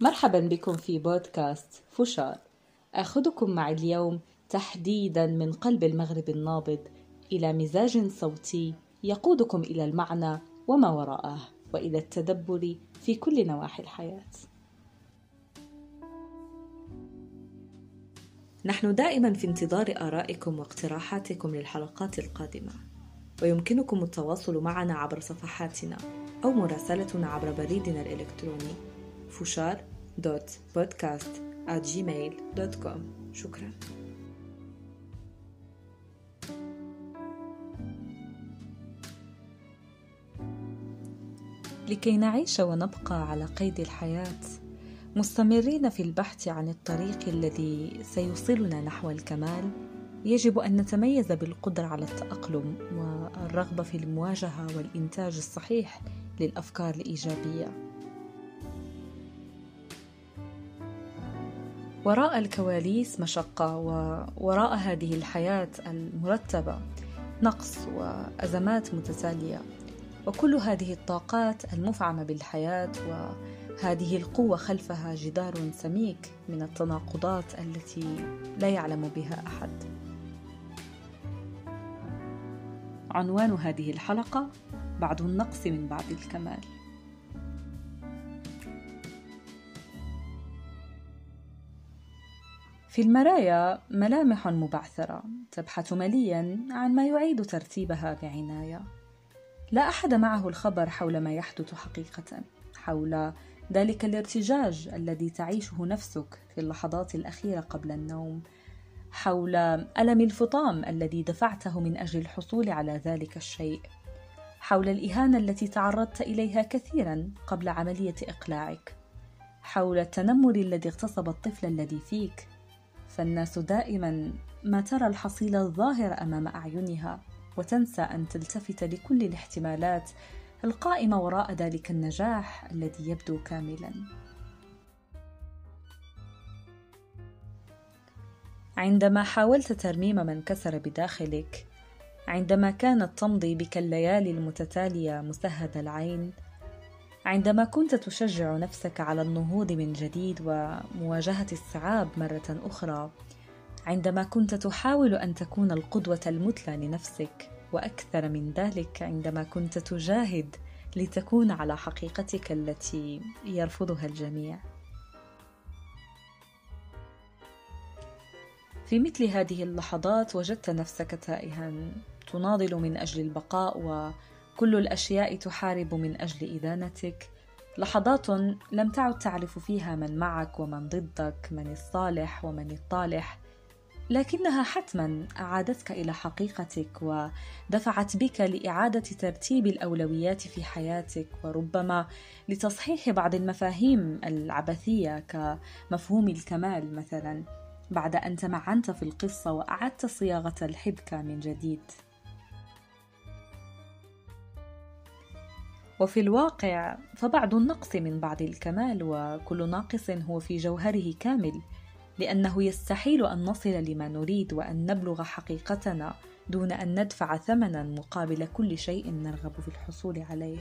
مرحبا بكم في بودكاست فشار. آخذكم معي اليوم تحديدا من قلب المغرب النابض إلى مزاج صوتي يقودكم إلى المعنى وما وراءه وإلى التدبر في كل نواحي الحياة. نحن دائما في انتظار آرائكم واقتراحاتكم للحلقات القادمة، ويمكنكم التواصل معنا عبر صفحاتنا أو مراسلتنا عبر بريدنا الإلكتروني fushar.podcast@gmail.com. شكرا. لكي نعيش ونبقى على قيد الحياة، مستمرين في البحث عن الطريق الذي سيوصلنا نحو الكمال، يجب أن نتميز بالقدرة على التأقلم والرغبة في المواجهة والإنتاج الصحيح للأفكار الإيجابية. وراء الكواليس مشقة، ووراء هذه الحياة المرتبة نقص وأزمات متتالية، وكل هذه الطاقات المفعمة بالحياة وهذه القوة خلفها جدار سميك من التناقضات التي لا يعلم بها أحد. عنوان هذه الحلقة: بعد النقص من بعد الكمال. في المرايا ملامح مبعثرة تبحث مليا عن ما يعيد ترتيبها بعناية. لا أحد معه الخبر حول ما يحدث حقيقة، حول ذلك الارتجاج الذي تعيشه نفسك في اللحظات الأخيرة قبل النوم، حول ألم الفطام الذي دفعته من أجل الحصول على ذلك الشيء، حول الإهانة التي تعرضت إليها كثيرا قبل عملية إقلاعك، حول التنمر الذي اغتصب الطفل الذي فيك. فالناس دائما ما ترى الحصيلة الظاهرة أمام أعينها، وتنسى أن تلتفت لكل الاحتمالات القائمة وراء ذلك النجاح الذي يبدو كاملا. عندما حاولت ترميم ما انكسر بداخلك، عندما كانت تمضي بك الليالي المتتالية مسهد العين، عندما كنت تشجع نفسك على النهوض من جديد ومواجهة الصعاب مرة أخرى، عندما كنت تحاول أن تكون القدوة المثلى لنفسك، وأكثر من ذلك عندما كنت تجاهد لتكون على حقيقتك التي يرفضها الجميع. في مثل هذه اللحظات وجدت نفسك تائها، تناضل من أجل البقاء وكل الأشياء تحارب من أجل إدانتك. لحظات لم تعد تعرف فيها من معك ومن ضدك، من الصالح ومن الطالح، لكنها حتما أعادتك إلى حقيقتك ودفعت بك لإعادة ترتيب الأولويات في حياتك، وربما لتصحيح بعض المفاهيم العبثية كمفهوم الكمال مثلا، بعد أن تمعنت في القصة وأعدت صياغة الحبكة من جديد. وفي الواقع فبعد النقص من بعد الكمال، وكل ناقص هو في جوهره كامل، لأنه يستحيل أن نصل لما نريد وأن نبلغ حقيقتنا دون أن ندفع ثمنا مقابل كل شيء نرغب في الحصول عليه.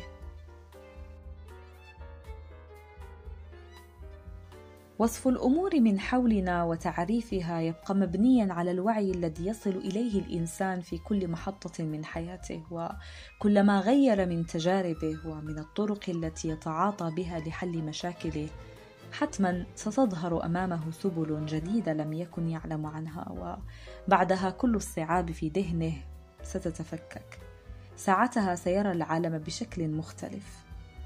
وصف الأمور من حولنا وتعريفها يبقى مبنيا على الوعي الذي يصل إليه الإنسان في كل محطة من حياته، وكلما غير من تجاربه ومن الطرق التي يتعاطى بها لحل مشاكله، حتما ستظهر أمامه سبل جديدة لم يكن يعلم عنها، وبعدها كل الصعاب في ذهنه ستتفكك. ساعتها سيرى العالم بشكل مختلف.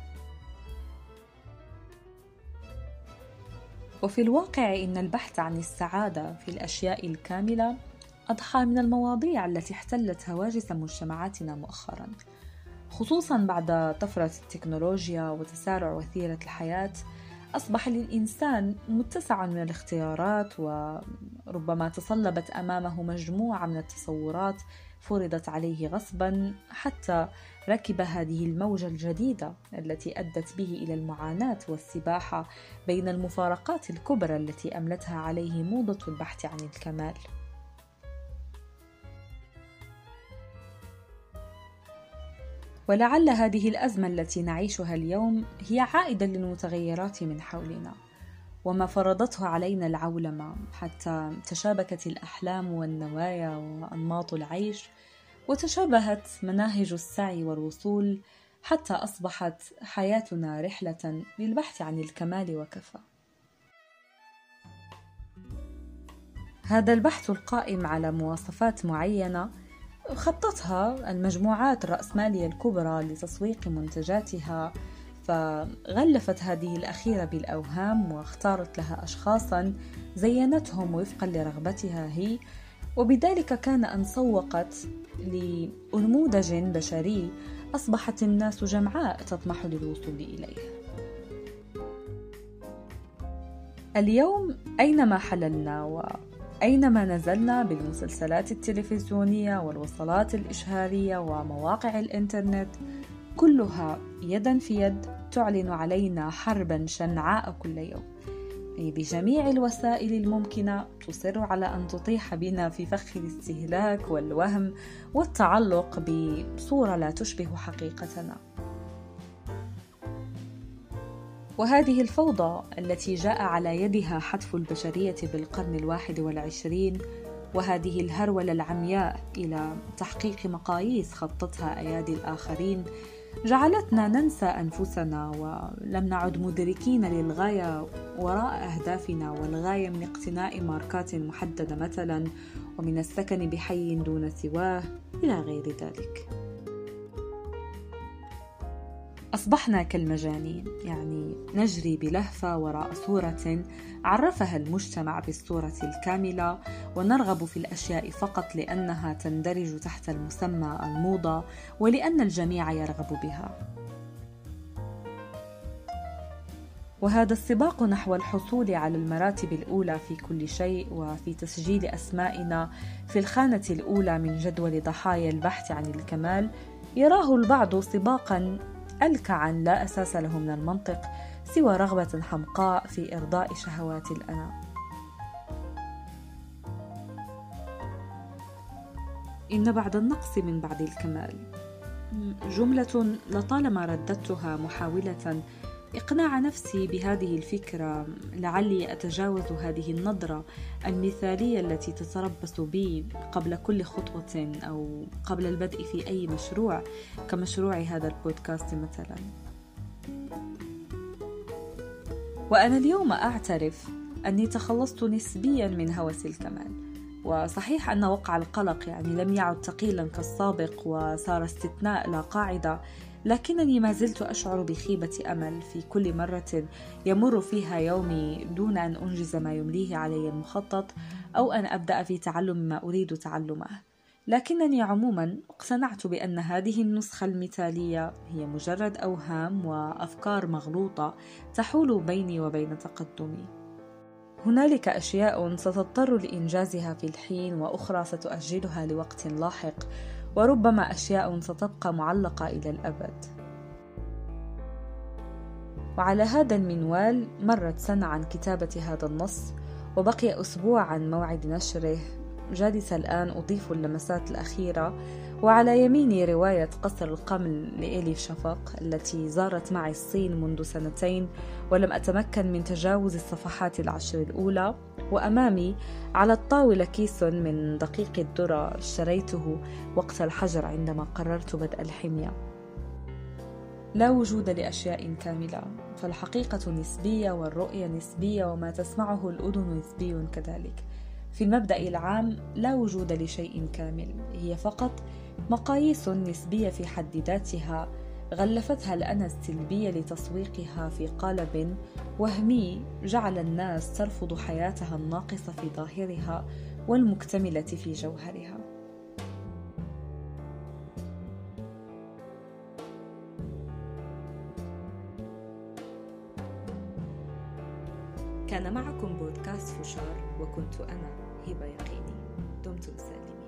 وفي الواقع إن البحث عن السعادة في الأشياء الكاملة أضحى من المواضيع التي احتلت هواجس مجتمعاتنا مؤخرا، خصوصا بعد طفرة التكنولوجيا وتسارع وتيرة الحياة. أصبح للإنسان متسع من الاختيارات، وربما تصلبت أمامه مجموعة من التصورات فرضت عليه غصبا، حتى ركب هذه الموجة الجديدة التي أدت به إلى المعاناة والسباحة بين المفارقات الكبرى التي أملتها عليه موضة البحث عن الكمال. ولعل هذه الأزمة التي نعيشها اليوم هي عائدة للمتغيرات من حولنا، وما فرضته علينا العولمة، حتى تشابكت الأحلام والنوايا وأنماط العيش، وتشابهت مناهج السعي والوصول، حتى أصبحت حياتنا رحلة للبحث عن الكمال وكفى. هذا البحث القائم على مواصفات معينة خطتها المجموعات الرأسمالية الكبرى لتسويق منتجاتها، فغلفت هذه الأخيرة بالأوهام واختارت لها أشخاصاً زينتهم وفقاً لرغبتها هي، وبذلك كان أن سوقت لنموذج بشري أصبحت الناس جمعاء تطمح للوصول إليه. اليوم أينما حللنا وأينما نزلنا بالمسلسلات التلفزيونية والوصلات الإشهارية ومواقع الإنترنت، كلها يداً في يد تعلن علينا حرباً شنعاء كل يوم، بجميع الوسائل الممكنة تصر على أن تطيح بنا في فخ الاستهلاك والوهم والتعلق بصورة لا تشبه حقيقتنا. وهذه الفوضى التي جاء على يدها حتف البشرية بالقرن 21، وهذه الهرولة العمياء إلى تحقيق مقاييس خطتها أيادي الآخرين، جعلتنا ننسى أنفسنا ولم نعد مدركين للغاية وراء أهدافنا، والغاية من اقتناء ماركات محددة مثلا، ومن السكن بحي دون سواه إلى غير ذلك. أصبحنا كالمجانين، يعني نجري بلهفة وراء صورة عرفها المجتمع بالصورة الكاملة، ونرغب في الأشياء فقط لأنها تندرج تحت المسمى الموضة ولأن الجميع يرغب بها. وهذا السباق نحو الحصول على المراتب الأولى في كل شيء وفي تسجيل أسمائنا في الخانة الأولى من جدول ضحايا البحث عن الكمال يراه البعض سباقاً ألكعاً لا أساس له من المنطق سوى رغبة حمقاء في إرضاء شهوات الأنا. إن بعد النقص من بعد الكمال، جملة لطالما رددتها محاولة إقناع نفسي بهذه الفكرة لعلي أتجاوز هذه النظرة المثالية التي تتربص بي قبل كل خطوة أو قبل البدء في أي مشروع كمشروع هذا البودكاست مثلا. وأنا اليوم أعترف أني تخلصت نسبيا من هوس الكمال، وصحيح أن وقع القلق لم يعد ثقيلا كالسابق وصار استثناء لا قاعدة، لكنني ما زلت أشعر بخيبة أمل في كل مرة يمر فيها يومي دون أن أنجز ما يمليه علي المخطط أو أن أبدأ في تعلم ما أريد تعلمه. لكنني عموما اقتنعت بأن هذه النسخة المثالية هي مجرد أوهام وأفكار مغلوطة تحول بيني وبين تقدمي. هنالك أشياء ستضطر لإنجازها في الحين، وأخرى ستؤجلها لوقت لاحق، وربما أشياء ستبقى معلقة إلى الأبد. وعلى هذا المنوال مرت سنة عن كتابة هذا النص، وبقي أسبوع عن موعد نشره. جالسة الآن أضيف اللمسات الأخيرة، وعلى يميني رواية قصر القمل لإلي شفق التي زارت معي الصين منذ 2 ولم أتمكن من تجاوز الصفحات 10 الأولى، وأمامي على الطاولة كيس من دقيق الذرة اشتريته وقت الحجر عندما قررت بدء الحمية. لا وجود لأشياء كاملة، فالحقيقة نسبية والرؤية نسبية وما تسمعه الأذن نسبي كذلك. في المبدأ العام لا وجود لشيء كامل، هي فقط مقاييس نسبية في حد ذاتها غلفتها الأنا السلبية لتسويقها في قالب وهمي جعل الناس ترفض حياتها الناقصة في ظاهرها والمكتملة في جوهرها. كان معكم بودكاست فشار، وكنت أنا هبة يقيني. دمتم سالمين.